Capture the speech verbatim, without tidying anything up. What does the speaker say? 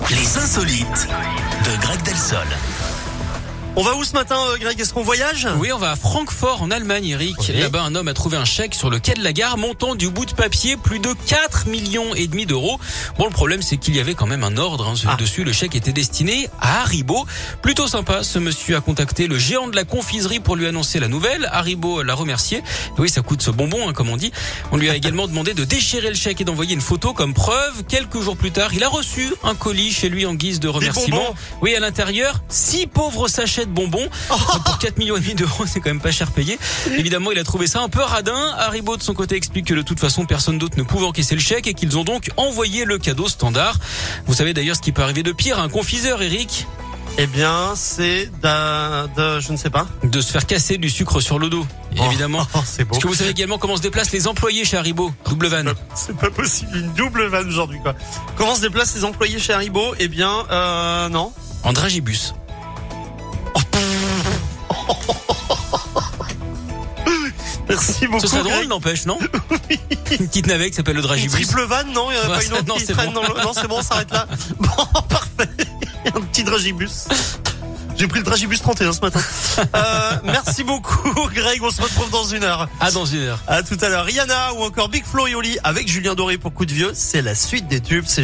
Les insolites de Greg Delsol. On va où ce matin, Greg? Est-ce qu'on voyage? Oui, on va à Francfort en Allemagne, Eric. Okay. Là-bas, un homme a trouvé un chèque sur le quai de la gare montant du bout de papier plus de quatre millions et demi d'euros. Bon, le problème, c'est qu'il y avait quand même un ordre hein, ah. dessus. Le chèque était destiné à Haribo. Plutôt sympa, ce monsieur a contacté le géant de la confiserie pour lui annoncer la nouvelle. Haribo l'a remercié. Oui, ça coûte ce bonbon, hein, comme on dit. On lui a également demandé de déchirer le chèque et d'envoyer une photo comme preuve. Quelques jours plus tard, il a reçu un colis chez lui en guise de remerciement. Oui, à l'intérieur, six pauvres sachets de bonbons. Oh. Pour quatre millions et demi d'euros, c'est quand même pas cher payé. Évidemment, il a trouvé ça un peu radin. Haribo, de son côté, explique que de toute façon, personne d'autre ne pouvait encaisser le chèque et qu'ils ont donc envoyé le cadeau standard. Vous savez d'ailleurs ce qui peut arriver de pire à un confiseur, Eric? Eh bien, c'est de, de, je ne sais pas. De se faire casser du sucre sur le dos, oh, évidemment. Oh, c'est beau. Est-ce que vous savez également comment se déplacent les employés chez Haribo? Double vanne. C'est pas possible, une double vanne aujourd'hui, quoi. Comment se déplacent les employés chez Haribo? Eh bien, euh, non. En dragibus. Merci beaucoup. Ce serait Greg. drôle, n'empêche, non? Oui. Une petite navette qui s'appelle le dragibus. Une triple vanne, non? Il n'y en a ouais, pas une autre non, qui c'est traîne bon. dans le... Non, c'est bon, on s'arrête là. Bon, parfait. Un petit dragibus. J'ai pris le dragibus trente et un ce matin. Euh, merci beaucoup, Greg. On se retrouve dans une heure. Ah, dans une heure. À tout à l'heure. Rihanna ou encore Big Flo et Oli avec Julien Doré pour Coup de Vieux. C'est la suite des tubes. C'est